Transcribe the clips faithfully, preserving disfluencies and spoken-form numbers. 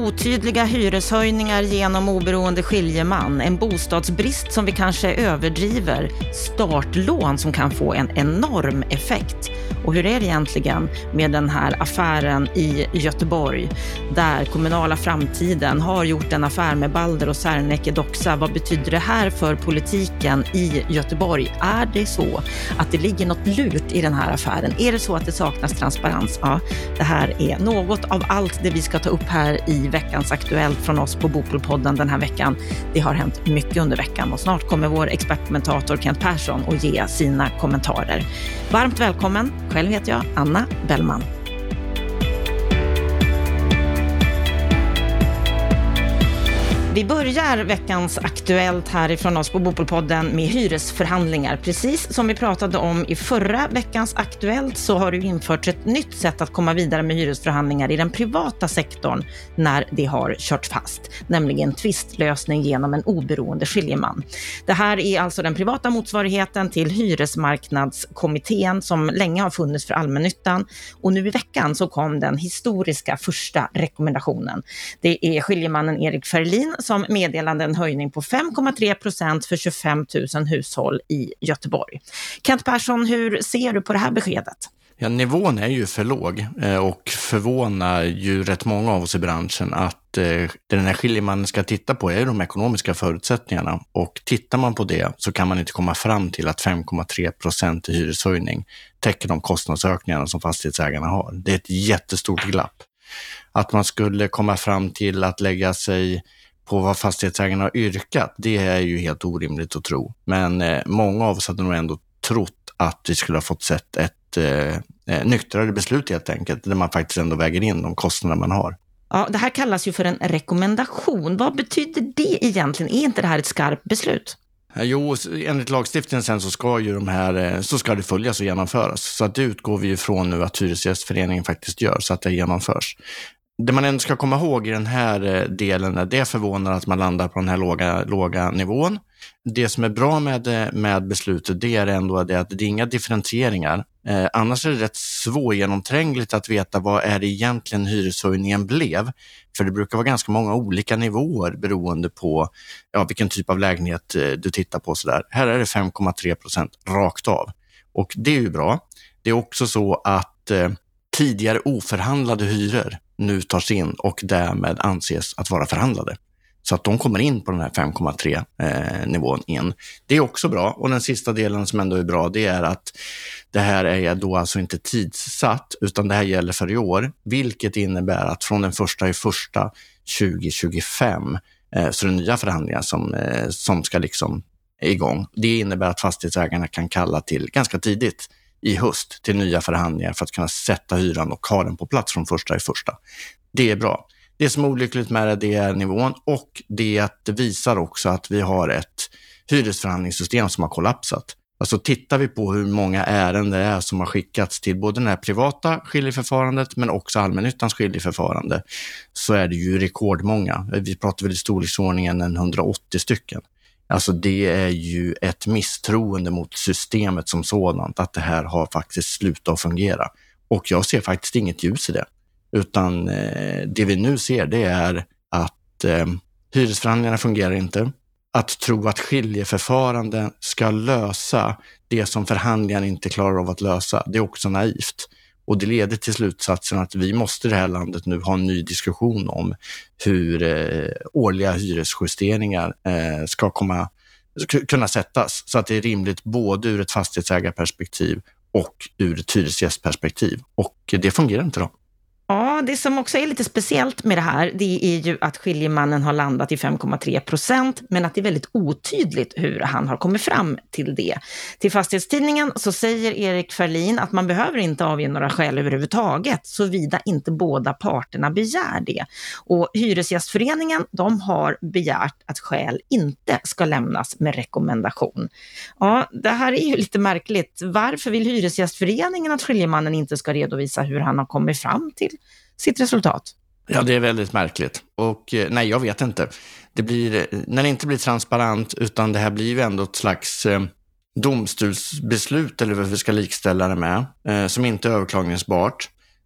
Otydliga hyreshöjningar genom oberoende skiljeman, en bostadsbrist som vi kanske överdriver, startlån som kan få en enorm effekt. Och hur är det egentligen med den här affären i Göteborg där kommunala framtiden har gjort en affär med Balder och Serneke Doxa? Vad betyder det här för politiken i Göteborg? Är det så att det ligger något lurt i den här affären? Är det så att det saknas transparens? Ja, det här är något av allt det vi ska ta upp här i veckans Aktuellt från oss på Bopolpodden den här veckan. Det har hänt mycket under veckan och snart kommer vår expertkommentator Kent Persson att ge sina kommentarer. Varmt välkommen. Själv heter jag Anna Bellman. Vi börjar veckans Aktuellt härifrån oss på Bopolpodden med hyresförhandlingar. Precis som vi pratade om i förra veckans Aktuellt så har det införts ett nytt sätt att komma vidare med hyresförhandlingar i den privata sektorn när det har kört fast, nämligen tvistlösning genom en oberoende skiljeman. Det här är alltså den privata motsvarigheten till hyresmarknadskommittén som länge har funnits för allmännyttan, och nu i veckan så kom den historiska första rekommendationen. Det är skiljemannen Erik Ferlin som meddelade en höjning på fem komma tre procent för tjugofem tusen hushåll i Göteborg. Kent Persson, hur ser du på det här beskedet? Ja, nivån är ju för låg och förvånar ju rätt många av oss i branschen att eh, den här skiljemannen ska titta på är de ekonomiska förutsättningarna, och tittar man på det så kan man inte komma fram till att fem komma tre procent i hyreshöjning täcker de kostnadsökningarna som fastighetsägarna har. Det är ett jättestort glapp. Att man skulle komma fram till att lägga sig på vad fastighetsägarna har yrkat, det är ju helt orimligt att tro. Men eh, många av oss hade nog ändå trott att vi skulle ha fått sett ett eh, nyktrare beslut helt enkelt, där man faktiskt ändå väger in de kostnader man har. Ja, det här kallas ju för en rekommendation. Vad betyder det egentligen? Är inte det här ett skarpt beslut? Jo, enligt lagstiftningen sen så ska ju de här, så ska det följas och genomföras. Så att det utgår vi ifrån nu att Hyresgästföreningen faktiskt gör så att det genomförs. Det man ändå ska komma ihåg i den här delen är det förvånar att man landar på den här låga, låga nivån. Det som är bra med, med beslutet, det är ändå det att det är inga differentieringar. Eh, annars är det rätt svårgenomträngligt att veta vad är det egentligen hyreshöjningen blev. För det brukar vara ganska många olika nivåer beroende på ja, vilken typ av lägenhet eh, du tittar på. Sådär. Här är det fem komma tre procent rakt av. Och det är ju bra. Det är också så att eh, tidigare oförhandlade hyror nu tas in och därmed anses att vara förhandlade. Så att de kommer in på den här fem komma tre eh, nivån in. Det är också bra. Och den sista delen som ändå är bra, det är att det här är då alltså inte tidssatt, utan det här gäller för i år. Vilket innebär att från den första i första tjugo tjugofem eh, så är det nya förhandlingar som, eh, som ska liksom igång. Det innebär att fastighetsägarna kan kalla till ganska tidigt i höst till nya förhandlingar för att kunna sätta hyran och ha den på plats från första i första. Det är bra. Det som är olyckligt med det är nivån, och det är att det visar också att vi har ett hyresförhandlingssystem som har kollapsat. Alltså tittar vi på hur många ärenden det är som har skickats till både det här privata skiljeförfarandet men också allmännyttans skiljeförfarande, så är det ju rekordmånga. Vi pratar väl i storleksordningen en hundraåttio stycken. Alltså det är ju ett misstroende mot systemet som sådant, att det här har faktiskt slutat att fungera. Och jag ser faktiskt inget ljus i det. Utan eh, det vi nu ser, det är att eh, hyresförhandlingarna fungerar inte. Att tro att skiljeförfarande ska lösa det som förhandlingarna inte klarar av att lösa, det är också naivt. Och det leder till slutsatsen att vi måste i det här landet nu ha en ny diskussion om hur eh, årliga hyresjusteringar eh, ska komma, k- kunna sättas. Så att det är rimligt både ur ett fastighetsägarperspektiv och ur ett hyresgästperspektiv. Och det fungerar inte då. Ja, det som också är lite speciellt med det här, det är ju att skiljemannen har landat i fem komma tre procent, men att det är väldigt otydligt hur han har kommit fram till det. Till Fastighetstidningen så säger Erik Ferlin att man behöver inte avge några skäl överhuvudtaget, såvida inte båda parterna begär det. Och Hyresgästföreningen, de har begärt att skäl inte ska lämnas med rekommendation. Ja, det här är ju lite märkligt. Varför vill Hyresgästföreningen att skiljemannen inte ska redovisa hur han har kommit fram till sitt resultat? Ja, det är väldigt märkligt. Och nej, jag vet inte. Det blir, när det inte blir transparent, utan det här blir ju ändå ett slags eh, domstolsbeslut, eller vad vi ska likställa det med, eh, som inte är överklagningsbart.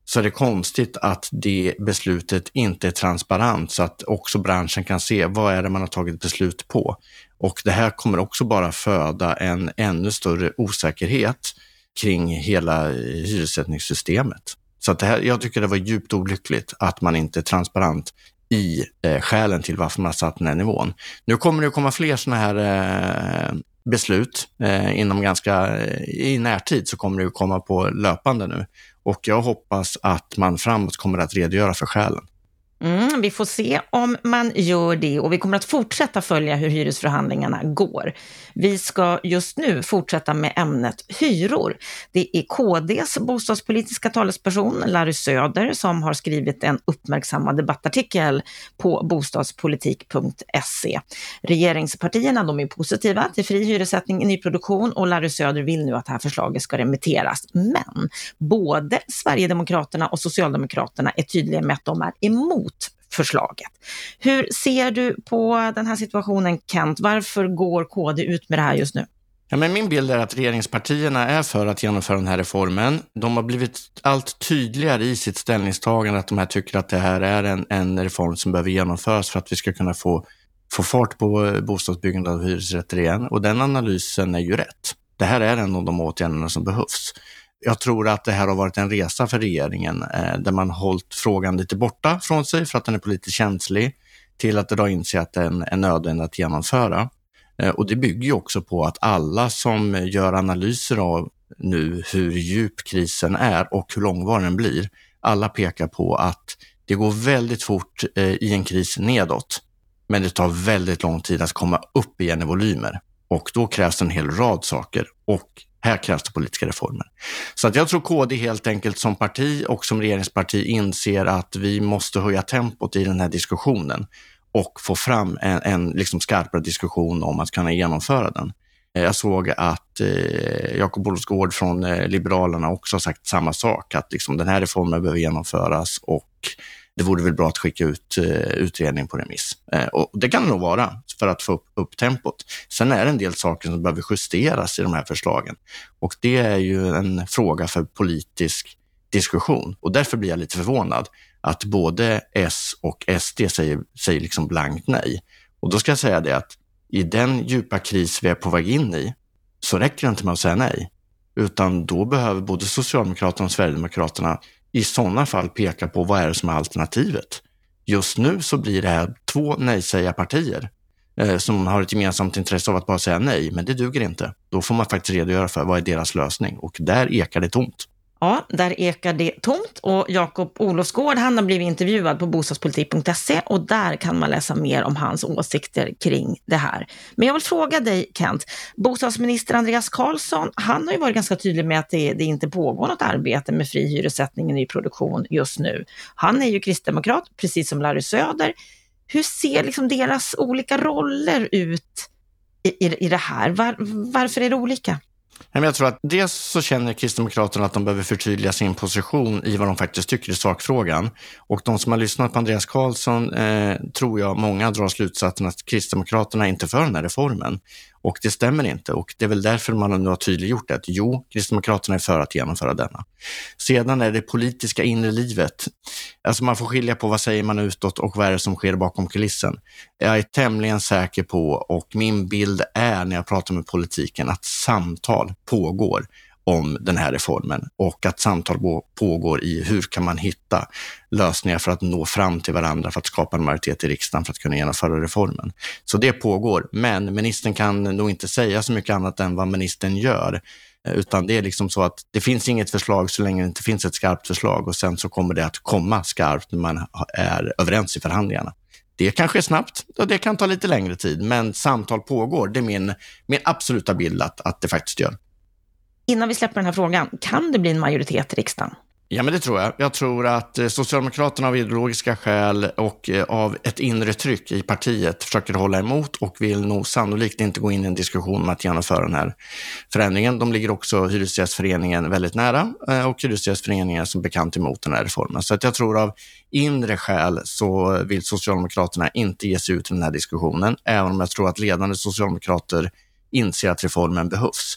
så är det konstigt att det beslutet inte är transparent så att också branschen kan se vad är det man har tagit beslut på. Och det här kommer också bara föda en ännu större osäkerhet kring hela hyressättningssystemet. Så att det här, jag tycker det var djupt olyckligt att man inte är transparent i eh, skälen till varför man har satt den här nivån. Nu kommer det att komma fler sådana här eh, beslut eh, inom ganska, eh, i närtid så kommer det att komma på löpande nu. Och jag hoppas att man framåt kommer att redogöra för skälen. Mm, vi får se om man gör det och vi kommer att fortsätta följa hur hyresförhandlingarna går. Vi ska just nu fortsätta med ämnet hyror. Det är K D:s bostadspolitiska talesperson Larry Söder som har skrivit en uppmärksammad debattartikel på bostadspolitik punkt se. Regeringspartierna de är positiva till fri hyressättning i nyproduktion och Larry Söder vill nu att det här förslaget ska remitteras. Men både Sverigedemokraterna och Socialdemokraterna är tydliga med att de är emot förslaget. Hur ser du på den här situationen, Kent? Varför går K D ut med det här just nu? Ja, men min bild är att regeringspartierna är för att genomföra den här reformen. De har blivit allt tydligare i sitt ställningstagande att de här tycker att det här är en, en reform som behöver genomföras för att vi ska kunna få, få fart på bostadsbyggandet av hyresrätter igen. Och den analysen är ju rätt. Det här är en av de åtgärderna som behövs. Jag tror att det här har varit en resa för regeringen eh, där man hållit frågan lite borta från sig för att den är politiskt känslig till att det då inser att den är nödvändig att genomföra. Eh, och det bygger ju också på att alla som gör analyser av nu hur djup krisen är och hur långvarig den blir, alla pekar på att det går väldigt fort eh, i en kris nedåt, men det tar väldigt lång tid att komma upp igen i volymer. Och då krävs en hel rad saker och här krävs det politiska reformer. Så att jag tror K D helt enkelt som parti och som regeringsparti inser att vi måste höja tempot i den här diskussionen och få fram en, en liksom skarpare diskussion om att kunna genomföra den. Jag såg att eh, Jakob Olofsgård från eh, Liberalerna också har sagt samma sak, att liksom, den här reformen behöver genomföras och det vore väl bra att skicka ut eh, utredning på remiss. Eh, och det kan det nog vara för att få upp, upp tempot. Sen är det en del saker som behöver justeras i de här förslagen. Och det är ju en fråga för politisk diskussion. Och därför blir jag lite förvånad att både S och S D säger, säger liksom blankt nej. Och då ska jag säga det att i den djupa kris vi är på väg in i så räcker det inte med att säga nej. Utan då behöver både Socialdemokraterna och Sverigedemokraterna i sådana fall peka på vad är det som är alternativet. Just nu så blir det här två nej-säga-partier eh, som har ett gemensamt intresse av att bara säga nej, men det duger inte. Då får man faktiskt redogöra för vad är deras lösning och där ekar det tomt. Ja, där ekar det tomt och Jakob Olofsgård han har blivit intervjuad på bostadspolitik punkt se och där kan man läsa mer om hans åsikter kring det här. Men jag vill fråga dig, Kent, bostadsminister Andreas Carlson, han har ju varit ganska tydlig med att det, det inte pågår något arbete med fri hyressättning i nyproduktion just nu. Han är ju kristdemokrat, precis som Larry Söder. Hur ser liksom deras olika roller ut i, i, i det här? Var, varför är det olika? Jag tror att dels så känner Kristdemokraterna att de behöver förtydliga sin position i vad de faktiskt tycker i sakfrågan. Och de som har lyssnat på Andreas Carlson eh, tror jag många drar slutsatsen att Kristdemokraterna inte för den här reformen. Och det stämmer inte och det är väl därför man nu har tydliggjort att jo, Kristdemokraterna är för att genomföra denna. Sedan är det politiska inre livet. Alltså man får skilja på vad säger man utåt och vad är det som sker bakom kulissen. Jag är tämligen säker på och min bild är när jag pratar med politiken att samtal pågår om den här reformen och att samtal pågår i hur kan man hitta lösningar för att nå fram till varandra för att skapa en majoritet i riksdagen för att kunna genomföra reformen. Så det pågår, men ministern kan nog inte säga så mycket annat än vad ministern gör, utan det är liksom så att det finns inget förslag så länge det inte finns ett skarpt förslag och sen så kommer det att komma skarpt när man är överens i förhandlingarna. Det kanske är snabbt och det kan ta lite längre tid, men samtal pågår. Det är min, min absoluta bild att, att det faktiskt gör. Innan vi släpper den här frågan, kan det bli en majoritet i riksdagen? Ja, men det tror jag. Jag tror att Socialdemokraterna av ideologiska skäl och av ett inre tryck i partiet försöker hålla emot och vill nog sannolikt inte gå in i en diskussion om att genomföra den här förändringen. De ligger också Hyresgästföreningen väldigt nära och Hyresgästföreningen är som bekant emot den här reformen. Så att jag tror av inre skäl så vill Socialdemokraterna inte ge sig ut i den här diskussionen, även om jag tror att ledande socialdemokrater inser att reformen behövs.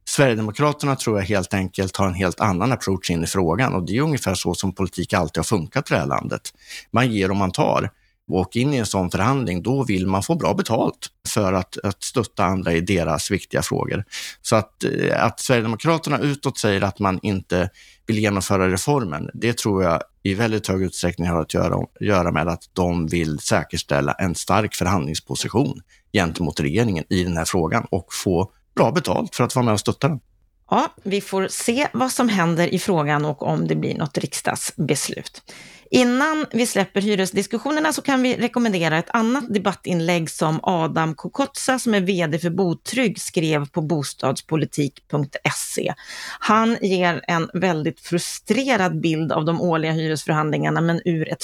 Sverigedemokraterna tror jag helt enkelt har en helt annan approach in i frågan, och det är ungefär så som politik alltid har funkat i det här landet. Man ger och man tar. Och in i en sån förhandling, då vill man få bra betalt för att, att stötta andra i deras viktiga frågor. Så att, att Sverigedemokraterna utåt säger att man inte vill genomföra reformen, det tror jag i väldigt hög utsträckning har att göra, göra med att de vill säkerställa en stark förhandlingsposition gentemot regeringen i den här frågan och få bra betalt för att vara med och stötta den. Ja, vi får se vad som händer i frågan och om det blir något riksdagsbeslut. Innan vi släpper hyresdiskussionerna så kan vi rekommendera ett annat debattinlägg som Adam Kokotsa, som är vd för Botrygg, skrev på bostadspolitik punkt se. Han ger en väldigt frustrerad bild av de årliga hyresförhandlingarna, men ur ett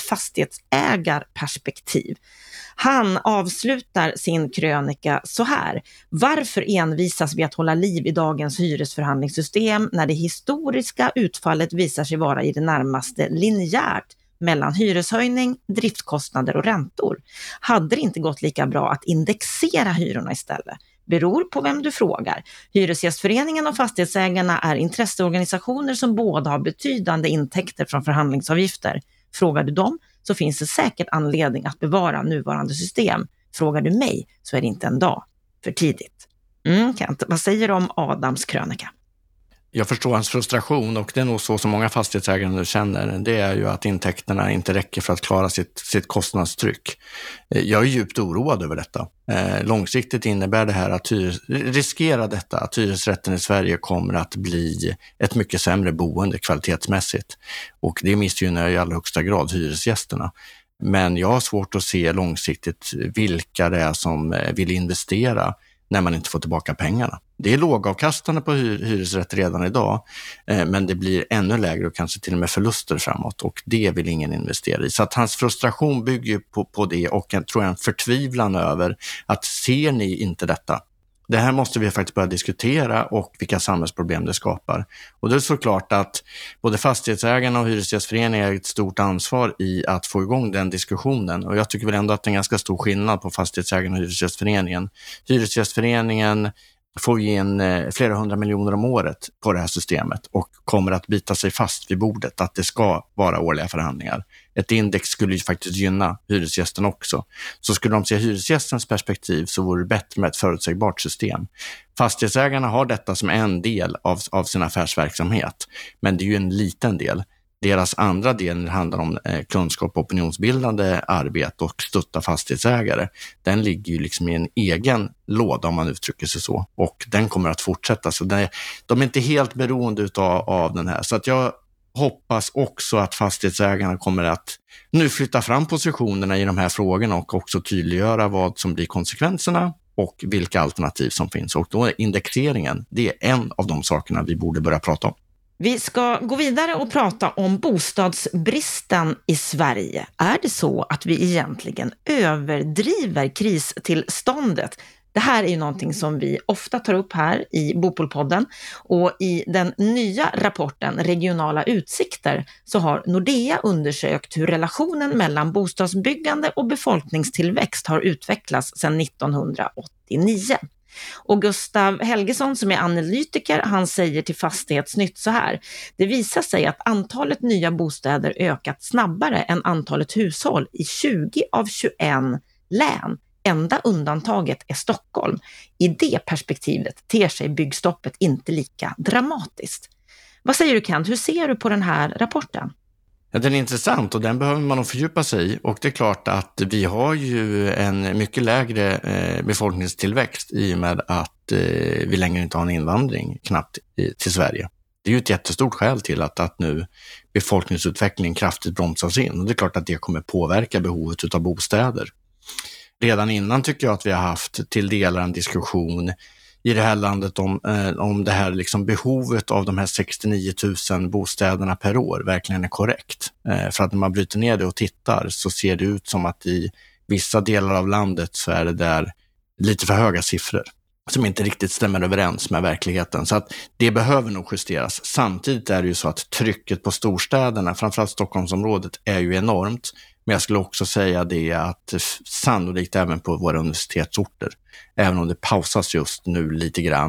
fastighetsägarperspektiv. Han avslutar sin krönika så här: varför envisas vi att hålla liv i dagens hyresförhandlingssystem när det historiska utfallet visar sig vara i det närmaste linjärt mellan hyreshöjning, driftkostnader och räntor? Hade det inte gått lika bra att indexera hyrorna istället? Beror på vem du frågar. Hyresgästföreningen och fastighetsägarna är intresseorganisationer som båda har betydande intäkter från förhandlingsavgifter. Frågar du dem så finns det säkert anledning att bevara nuvarande system. Frågar du mig så är det inte en dag för tidigt. Mm, Kent, vad säger du om Adams krönika? Jag förstår hans frustration, och det är nog så som många fastighetsägare nu känner. Det är ju att intäkterna inte räcker för att klara sitt, sitt kostnadstryck. Jag är djupt oroad över detta. Eh, långsiktigt innebär det här att hyres, riskerar detta att hyresrätten i Sverige kommer att bli ett mycket sämre boende kvalitetsmässigt. Och det missgynnar i allra högsta grad hyresgästerna. Men jag har svårt att se långsiktigt vilka det är som vill investera när man inte får tillbaka pengarna. Det är lågavkastande på hy- hyresrätt redan idag, eh, men det blir ännu lägre och kanske till och med förluster framåt, och det vill ingen investera i. Så att hans frustration bygger på, på det, och jag tror en förtvivlan över att ser ni inte detta? Det här måste vi faktiskt börja diskutera, och vilka samhällsproblem det skapar. Och det är såklart att både fastighetsägarna och hyresgästföreningen har ett stort ansvar i att få igång den diskussionen. Och jag tycker väl ändå att det är en ganska stor skillnad på fastighetsägarna och hyresgästföreningen. Hyresgästföreningen får ge in flera hundra miljoner om året på det här systemet och kommer att bita sig fast vid bordet att det ska vara årliga förhandlingar. Ett index skulle ju faktiskt gynna hyresgästen också. Så skulle de se hyresgästens perspektiv så vore det bättre med ett förutsägbart system. Fastighetsägarna har detta som en del av, av sin affärsverksamhet, men det är ju en liten del. Deras andra del handlar om eh, kunskap och opinionsbildande arbete och stötta fastighetsägare. Den ligger ju liksom i en egen låda, om man uttrycker sig så. Och den kommer att fortsätta. Så det, de är inte helt beroende utav, av den här. Så att jag hoppas också att fastighetsägarna kommer att nu flytta fram positionerna i de här frågorna och också tydliggöra vad som blir konsekvenserna och vilka alternativ som finns. Och då är indexeringen, det är en av de sakerna vi borde börja prata om. Vi ska gå vidare och prata om bostadsbristen i Sverige. Är det så att vi egentligen överdriver kristillståndet? Det här är ju någonting som vi ofta tar upp här i Bopolpodden, och i den nya rapporten Regionala utsikter så har Nordea undersökt hur relationen mellan bostadsbyggande och befolkningstillväxt har utvecklats sedan nittonhundraåttionio. Och Gustav Helgesson som är analytiker, han säger till Fastighetsnytt så här: det visar sig att antalet nya bostäder ökat snabbare än antalet hushåll i tjugo av tjugoett län. Enda undantaget är Stockholm. I det perspektivet ter sig byggstoppet inte lika dramatiskt. Vad säger du, Kent? Hur ser du på den här rapporten? Ja, den är intressant och den behöver man nog fördjupa sig i. Och det är klart att vi har ju en mycket lägre eh, befolkningstillväxt i och med att eh, vi längre inte har en invandring knappt i, till Sverige. Det är ju ett jättestort skäl till att, att nu befolkningsutvecklingen kraftigt bromsas in. Och det är klart att det kommer påverka behovet av bostäder. Redan innan tycker jag att vi har haft till delar en diskussion i det här landet om, eh, om det här liksom behovet av de här sextionio tusen bostäderna per år verkligen är korrekt. Eh, för att när man bryter ner det och tittar så ser det ut som att i vissa delar av landet så är det där lite för höga siffror som inte riktigt stämmer överens med verkligheten. Så att det behöver nog justeras. Samtidigt är det ju så att trycket på storstäderna, framförallt Stockholmsområdet, är ju enormt. Men jag skulle också säga det att sannolikt även på våra universitetsorter, även om det pausas just nu lite grann,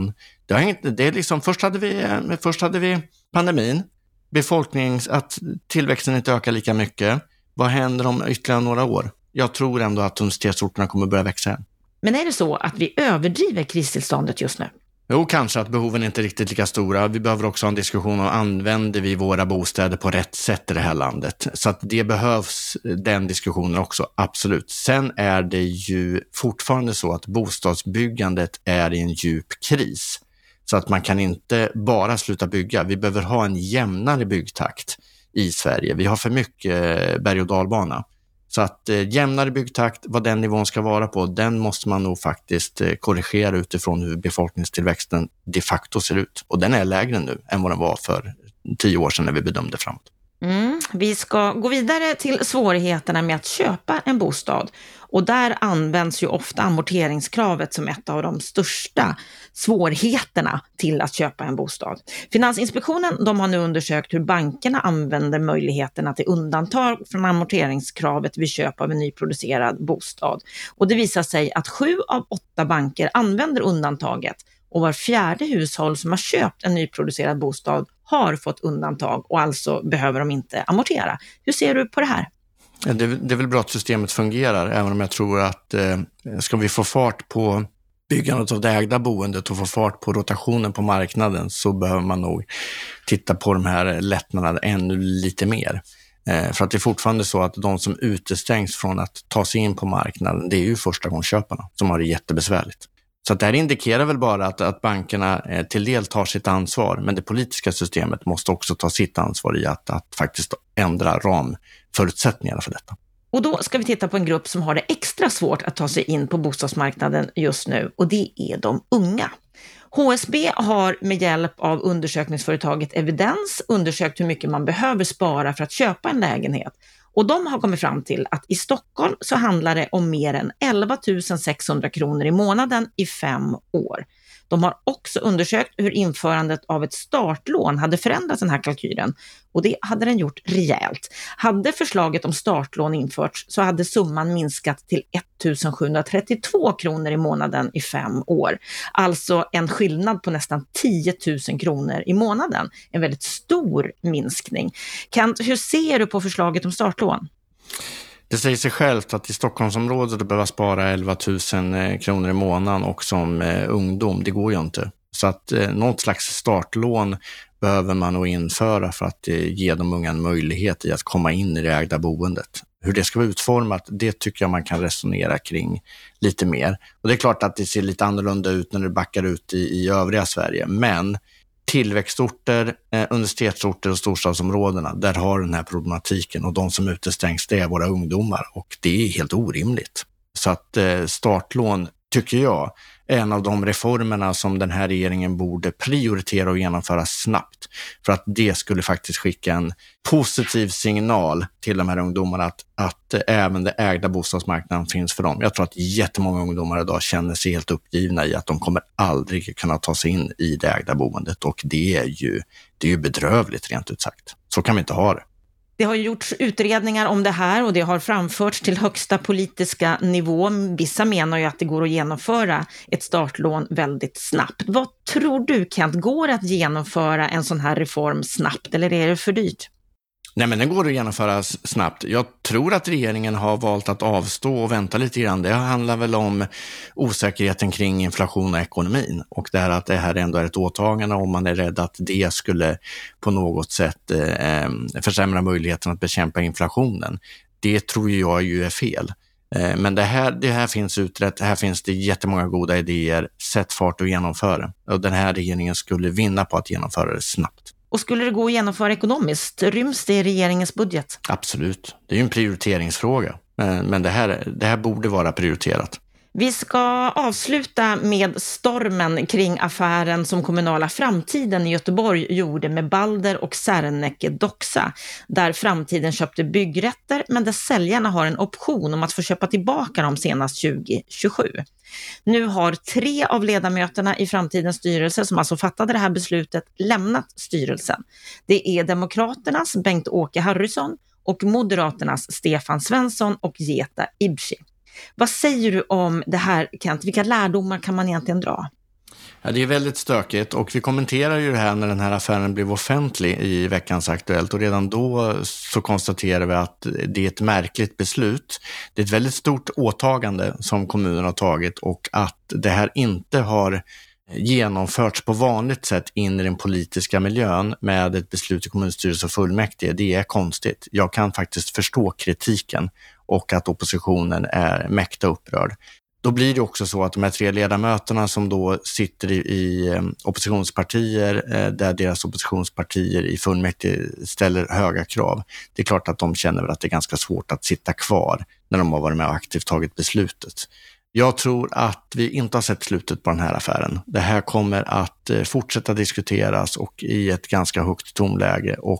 Det har hängt, det är liksom, först, hade vi, först hade vi pandemin, befolknings, att tillväxten inte ökar lika mycket. Vad händer om ytterligare några år? Jag tror ändå att universitetsorterna kommer börja växa igen. Men är det så att vi överdriver kristillståndet just nu? Jo, kanske att behoven inte är riktigt lika stora. Vi behöver också ha en diskussion om använder vi våra bostäder på rätt sätt i det här landet. Så att det behövs den diskussionen också, absolut. Sen är det ju fortfarande så att bostadsbyggandet är i en djup kris. Så att man kan inte bara sluta bygga. Vi behöver ha en jämnare byggtakt i Sverige. Vi har för mycket berg- och dalbana. Så att eh, jämnare byggtakt, vad den nivån ska vara på, den måste man nog faktiskt eh, korrigera utifrån hur befolkningstillväxten de facto ser ut. Och den är lägre nu än vad den var för tio år sedan när vi bedömde framåt. Mm, vi ska gå vidare till svårigheterna med att köpa en bostad. Och där används ju ofta amorteringskravet som ett av de största svårigheterna till att köpa en bostad. Finansinspektionen, de har nu undersökt hur bankerna använder möjligheterna till undantag från amorteringskravet vid köp av en nyproducerad bostad. Och det visar sig att sju av åtta banker använder undantaget. Och var fjärde hushåll som har köpt en nyproducerad bostad har fått undantag och alltså behöver de inte amortera. Hur ser du på det här? Det, det är väl bra att systemet fungerar, även om jag tror att eh, ska vi få fart på byggandet av det ägda boendet och få fart på rotationen på marknaden, så behöver man nog titta på de här lättnaderna ännu lite mer. Eh, för att det är fortfarande så att de som utestängs från att ta sig in på marknaden, det är ju förstagångsköparna som har det jättebesvärligt. Så att det här indikerar väl bara att, att bankerna eh, till del tar sitt ansvar, men det politiska systemet måste också ta sitt ansvar i att, att faktiskt ändra ramförutsättningarna för detta. Och då ska vi titta på en grupp som har det extra svårt att ta sig in på bostadsmarknaden just nu, och det är de unga. H S B har med hjälp av undersökningsföretaget Evidens undersökt hur mycket man behöver spara för att köpa en lägenhet. Och de har kommit fram till att i Stockholm så handlar det om mer än elva tusen sexhundra kronor i månaden i fem år. De har också undersökt hur införandet av ett startlån hade förändrat den här kalkylen, och det hade den gjort rejält. Hade förslaget om startlån införts så hade summan minskat till ettusen sjuhundratrettiotvå kronor i månaden i fem år. Alltså en skillnad på nästan tio tusen kronor i månaden. En väldigt stor minskning. Kent, hur ser du på förslaget om startlån? Det säger sig självt att i Stockholmsområdet behöver spara elva tusen kronor i månaden och som eh, ungdom, det går ju inte. Så att eh, något slags startlån behöver man nog införa för att eh, ge de unga en möjlighet i att komma in i det ägda boendet. Hur det ska vara utformat, det tycker jag man kan resonera kring lite mer. Och det är klart att det ser lite annorlunda ut när det backar ut i, i övriga Sverige, men tillväxtorter, eh, universitetsorter och storstadsområdena, där har den här problematiken, och de som utestängs, det är våra ungdomar, och det är helt orimligt. Så att eh, startlån, tycker jag, är en av de reformerna som den här regeringen borde prioritera och genomföra snabbt, för att det skulle faktiskt skicka en positiv signal till de här ungdomarna att, att även det ägda bostadsmarknaden finns för dem. Jag tror att jättemånga ungdomar idag känner sig helt uppgivna i att de kommer aldrig kunna ta sig in i det ägda boendet, och det är ju, det är ju bedrövligt rent ut sagt. Så kan vi inte ha det. Det har gjorts utredningar om det här och det har framförts till högsta politiska nivå. Vissa menar ju att det går att genomföra ett startlån väldigt snabbt. Vad tror du, Kent, går att genomföra en sån här reform snabbt, eller är det för dyrt? Nej, men den går att genomföra snabbt. Jag tror att regeringen har valt att avstå och vänta lite grann. Det handlar väl om osäkerheten kring inflation och ekonomin. Och det här att det här ändå är ett åtagande, om man är rädd att det skulle på något sätt eh, försämra möjligheten att bekämpa inflationen. Det tror jag ju är fel. Eh, men det här, det här finns utrett, här finns det jättemånga goda idéer. Sätt fart och genomföra. Och den här regeringen skulle vinna på att genomföra det snabbt. Och skulle det gå att genomföra ekonomiskt? Ryms det i regeringens budget? Absolut. Det är ju en prioriteringsfråga. Men det här, det här borde vara prioriterat. Vi ska avsluta med stormen kring affären som Kommunala Framtiden i Göteborg gjorde med Balder och Serneke Doxa, där Framtiden köpte byggrätter, men där säljarna har en option om att få köpa tillbaka dem senast tjugo tjugosju. Nu har tre av ledamöterna i Framtidens styrelse, som alltså fattade det här beslutet, lämnat styrelsen. Det är Demokraternas Bengt-Åke Harrison och Moderaternas Stefan Svensson och Jeta Ibshi. Vad säger du om det här, Kent? Vilka lärdomar kan man egentligen dra? Ja, det är väldigt stökigt och vi kommenterar ju det här när den här affären blev offentlig i veckans Aktuellt och redan då så konstaterar vi att det är ett märkligt beslut. Det är ett väldigt stort åtagande som kommunen har tagit och att det här inte har genomförts på vanligt sätt in i den politiska miljön med ett beslut i kommunstyrelse och fullmäktige, det är konstigt. Jag kan faktiskt förstå kritiken och att oppositionen är mäkta upprörd. Då blir det också så att de här tre ledamöterna som då sitter i, i oppositionspartier eh, där deras oppositionspartier i fullmäktige ställer höga krav. Det är klart att de känner att det är ganska svårt att sitta kvar när de har varit med och aktivt tagit beslutet. Jag tror att vi inte har sett slutet på den här affären. Det här kommer att eh, fortsätta diskuteras och i ett ganska högt tonläge och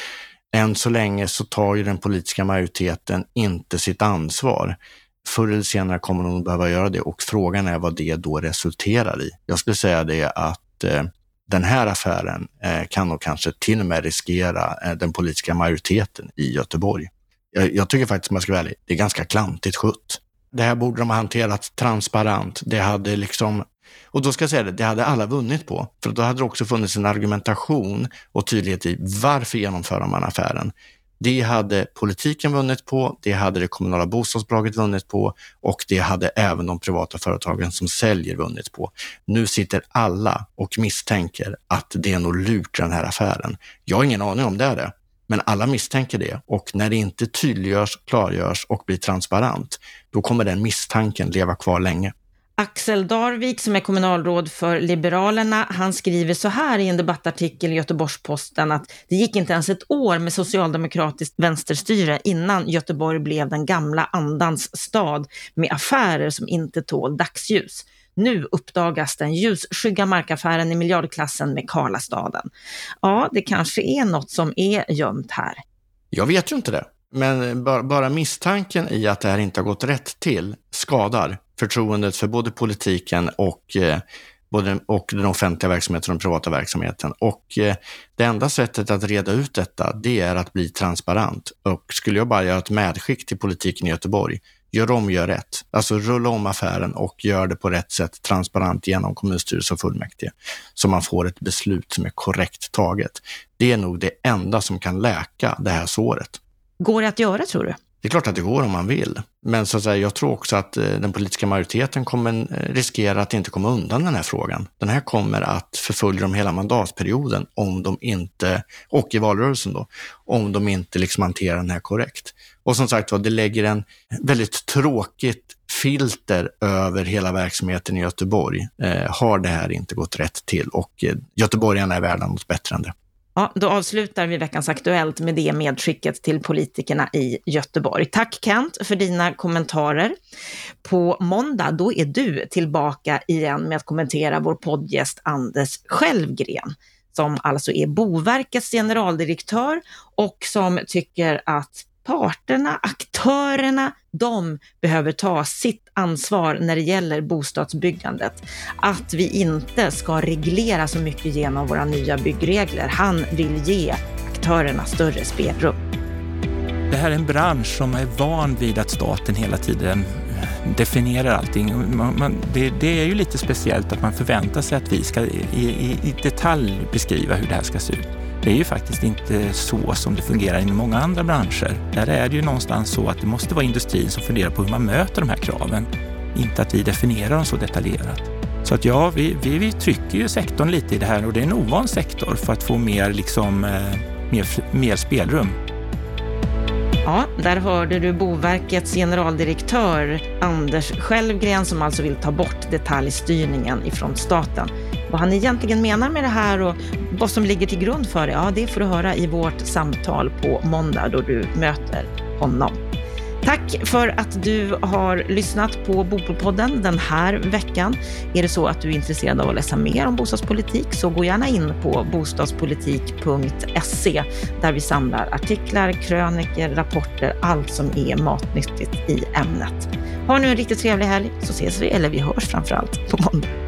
än så länge så tar ju den politiska majoriteten inte sitt ansvar. Förr eller senare kommer de att behöva göra det och frågan är vad det då resulterar i. Jag skulle säga det att eh, den här affären eh, kan nog kanske till och med riskera eh, den politiska majoriteten i Göteborg. Jag, jag tycker faktiskt, om jag ska vara ärlig, det är ganska klantigt skött. Det här borde de ha hanterat transparent. Det hade liksom, och då ska jag säga det, det hade alla vunnit på. För då hade det också funnits en argumentation och tydlighet i varför genomför man affären. Det hade politiken vunnit på, det hade det kommunala bostadsbolaget vunnit på och det hade även de privata företagen som säljer vunnit på. Nu sitter alla och misstänker att det är nog lurt den här affären. Jag har ingen aning om det är det, men alla misstänker det och när det inte tydliggörs, klargörs och blir transparent, då kommer den misstanken leva kvar länge. Axel Darvik som är kommunalråd för Liberalerna, han skriver så här i en debattartikel i Göteborgs-Posten att det gick inte ens ett år med socialdemokratiskt vänsterstyre innan Göteborg blev den gamla andans stad med affärer som inte tål dagsljus. Nu uppdagas den ljusskygga markaffären i miljardklassen med Karlastaden. Ja, det kanske är något som är gömt här. Jag vet ju inte det, men bara misstanken i att det här inte har gått rätt till skadar förtroendet för både politiken och, eh, både, och den offentliga verksamheten och den privata verksamheten. Och eh, det enda sättet att reda ut detta, det är att bli transparent. Och skulle jag bara göra ett medskick till politiken i Göteborg, gör om, gör rätt. Alltså rulla om affären och gör det på rätt sätt transparent genom kommunstyrelse och fullmäktige. Så man får ett beslut som är korrekt taget. Det är nog det enda som kan läka det här såret. Går det att göra, tror du? Det är klart att det går om man vill. Men så att säga, jag tror också att den politiska majoriteten kommer riskera att inte komma undan den här frågan. Den här kommer att förfölja dem hela mandatperioden om de inte, och i valrörelsen då, om de inte liksom hanterar den här korrekt. Och som sagt, det lägger en väldigt tråkigt filter över hela verksamheten i Göteborg. Eh, har det här inte gått rätt till och eh, göteborgarna är värda något bättre än det. Ja, då avslutar vi veckans Aktuellt med det medskicket till politikerna i Göteborg. Tack Kent för dina kommentarer. På måndag då är du tillbaka igen med att kommentera vår poddgäst Anders Självgren, som alltså är Boverkets generaldirektör och som tycker att parterna, aktörerna, de behöver ta sitt ansvar när det gäller bostadsbyggandet. Att vi inte ska reglera så mycket genom våra nya byggregler. Han vill ge aktörerna större spelrum. Det här är en bransch som är van vid att staten hela tiden definierar allting. Man, man, det, det är ju lite speciellt att man förväntar sig att vi ska i, i, i detalj beskriva hur det här ska se ut. Det är ju faktiskt inte så som det fungerar i många andra branscher. Där är det ju någonstans så att det måste vara industrin som funderar på hur man möter de här kraven. Inte att vi definierar dem så detaljerat. Så att ja, vi, vi, vi trycker ju sektorn lite i det här och det är en ovan sektor för att få mer, liksom, eh, mer, mer spelrum. Ja, där hörde du Boverkets generaldirektör Anders Självgren som alltså vill ta bort detaljstyrningen ifrån staten. Vad han egentligen menar med det här och vad som ligger till grund för det, ja, det får du höra i vårt samtal på måndag då du möter honom. Tack för att du har lyssnat på Bopolpodden den här veckan. Är det så att du är intresserad av att läsa mer om bostadspolitik så gå gärna in på bostadspolitik punkt se där vi samlar artiklar, kröniker, rapporter, allt som är matnyttigt i ämnet. Ha nu en riktigt trevlig helg så ses vi, eller vi hörs framförallt på måndag.